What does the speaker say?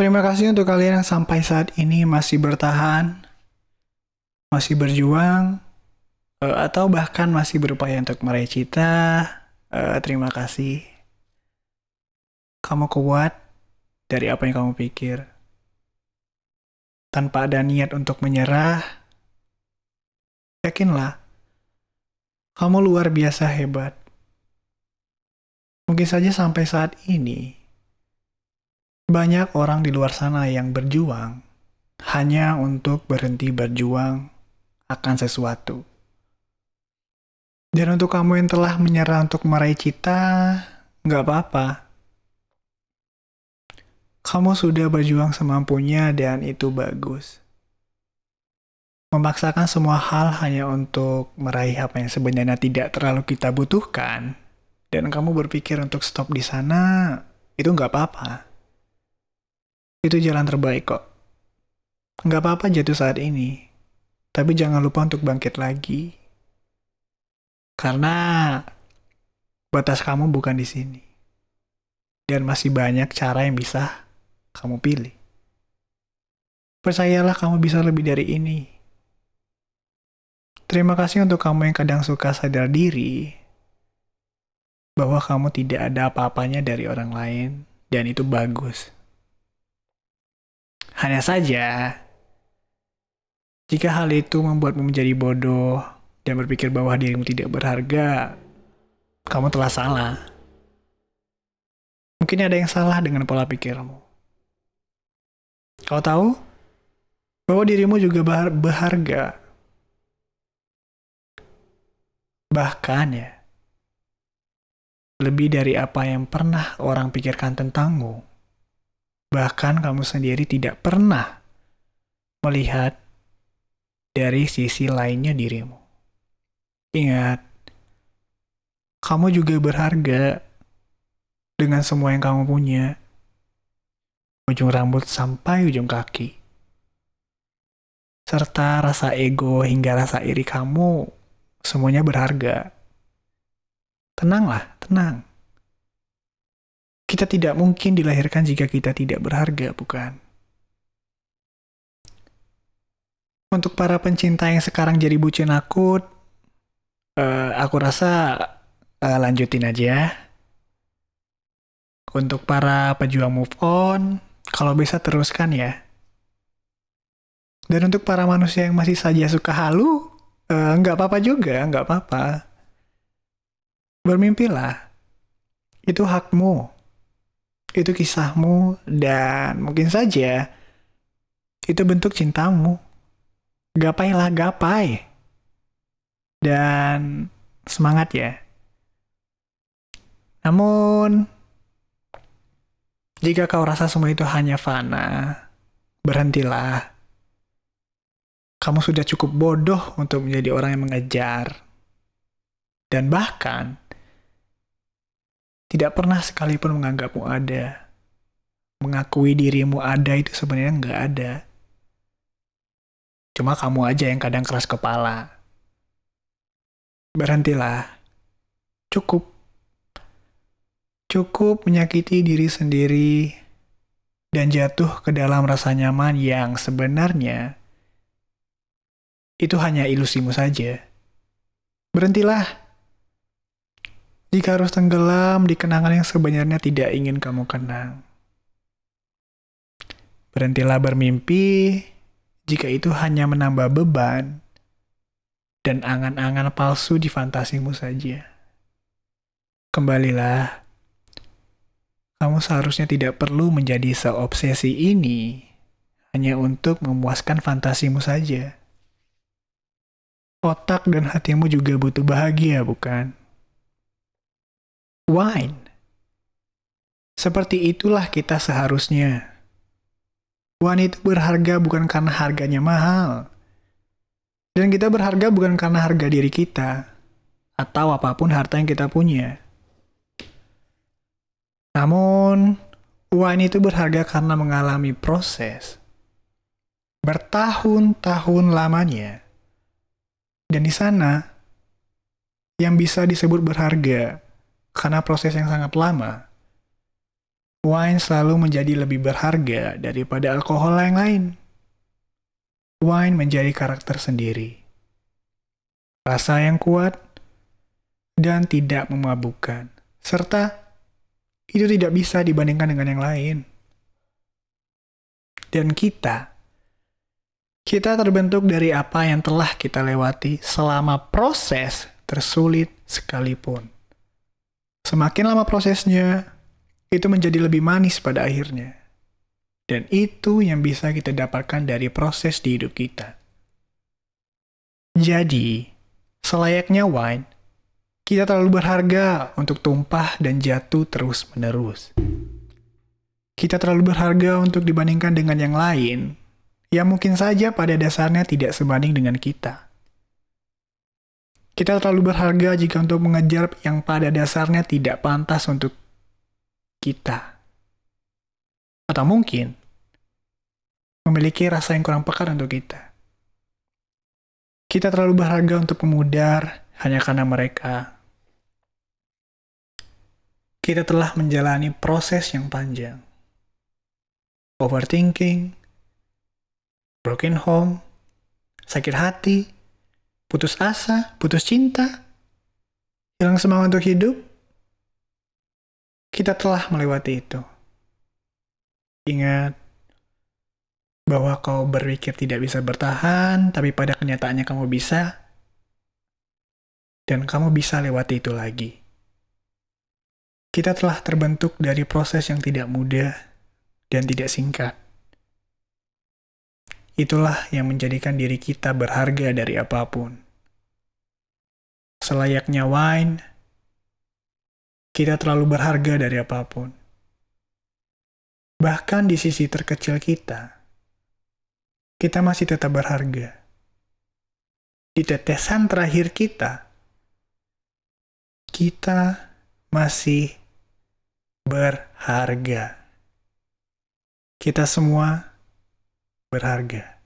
Terima kasih untuk kalian yang sampai saat ini masih bertahan, masih berjuang, atau bahkan masih berupaya untuk meraih cita. Terima kasih. Kamu kuat dari apa yang kamu pikir. Tanpa ada niat untuk menyerah, yakinlah, kamu luar biasa hebat. Mungkin saja sampai saat ini, banyak orang di luar sana yang berjuang hanya untuk berhenti berjuang akan sesuatu. Dan untuk kamu yang telah menyerah untuk meraih cita, nggak apa-apa. Kamu sudah berjuang semampunya dan itu bagus. Memaksakan semua hal hanya untuk meraih apa yang sebenarnya tidak terlalu kita butuhkan, dan kamu berpikir untuk stop di sana, itu nggak apa-apa. Itu jalan terbaik kok. Nggak apa-apa jatuh saat ini, tapi jangan lupa untuk bangkit lagi. Karena batas kamu bukan di sini. Dan masih banyak cara yang bisa kamu pilih. Percayalah kamu bisa lebih dari ini. Terima kasih untuk kamu yang kadang suka sadar diri bahwa kamu tidak ada apa-apanya dari orang lain, dan itu bagus. Hanya saja, jika hal itu membuatmu menjadi bodoh dan berpikir bahwa dirimu tidak berharga, kamu telah salah. Mungkin ada yang salah dengan pola pikirmu. Kau tahu bahwa dirimu juga berharga. Bahkan ya, lebih dari apa yang pernah orang pikirkan tentangmu. Bahkan kamu sendiri tidak pernah melihat dari sisi lainnya dirimu. Ingat, kamu juga berharga dengan semua yang kamu punya. Ujung rambut sampai ujung kaki. Serta rasa ego hingga rasa iri kamu, semuanya berharga. Tenanglah, tenang. Kita tidak mungkin dilahirkan jika kita tidak berharga, bukan? Untuk para pencinta yang sekarang jadi bucin akut, aku rasa lanjutin aja. Untuk para pejuang move on, kalau bisa teruskan ya. Dan untuk para manusia yang masih saja suka halu, nggak apa-apa juga, nggak apa-apa. Bermimpilah. Itu hakmu. Itu kisahmu, dan mungkin saja itu bentuk cintamu. Gapailah, gapai. Dan semangat ya. Namun, jika kau rasa semua itu hanya fana, berhentilah. Kamu sudah cukup bodoh untuk menjadi orang yang mengejar. Dan bahkan, tidak pernah sekalipun menganggapmu ada. Mengakui dirimu ada itu sebenarnya nggak ada. Cuma kamu aja yang kadang keras kepala. Berhentilah. Cukup. Cukup menyakiti diri sendiri dan jatuh ke dalam rasa nyaman yang sebenarnya itu hanya ilusimu saja. Berhentilah. Jika harus tenggelam di kenangan yang sebenarnya tidak ingin kamu kenang. Berhentilah bermimpi jika itu hanya menambah beban dan angan-angan palsu di fantasimu saja. Kembalilah. Kamu seharusnya tidak perlu menjadi seobsesi ini hanya untuk memuaskan fantasimu saja. Otak dan hatimu juga butuh bahagia, bukan? Wine. Seperti itulah kita seharusnya. Wine itu berharga bukan karena harganya mahal. Dan kita berharga bukan karena harga diri kita. Atau apapun harta yang kita punya. Namun, wine itu berharga karena mengalami proses. Bertahun-tahun lamanya. Dan di sana, yang bisa disebut berharga karena proses yang sangat lama, Wine selalu menjadi lebih berharga daripada alkohol yang lain. Wine menjadi karakter sendiri. Rasa yang kuat dan tidak memabukkan. Serta itu tidak bisa dibandingkan dengan yang lain. Dan kita terbentuk dari apa yang telah kita lewati selama proses tersulit sekalipun. Semakin lama prosesnya, itu menjadi lebih manis pada akhirnya. Dan itu yang bisa kita dapatkan dari proses di hidup kita. Jadi, selayaknya wine, kita terlalu berharga untuk tumpah dan jatuh terus-menerus. Kita terlalu berharga untuk dibandingkan dengan yang lain, yang mungkin saja pada dasarnya tidak sebanding dengan kita. Kita terlalu berharga jika untuk mengejar yang pada dasarnya tidak pantas untuk kita. Atau mungkin memiliki rasa yang kurang pekat untuk kita. Kita terlalu berharga untuk memudar hanya karena mereka. Kita telah menjalani proses yang panjang. Overthinking, broken home, sakit hati, putus asa, putus cinta, hilang semangat untuk hidup. Kita telah melewati itu. Ingat bahwa kau berpikir tidak bisa bertahan, tapi pada kenyataannya kamu bisa, dan kamu bisa lewati itu lagi. Kita telah terbentuk dari proses yang tidak mudah dan tidak singkat. Itulah yang menjadikan diri kita berharga dari apapun. Selayaknya wine, kita terlalu berharga dari apapun. Bahkan di sisi terkecil kita masih tetap berharga. Di tetesan terakhir kita masih berharga. Kita semua berharga.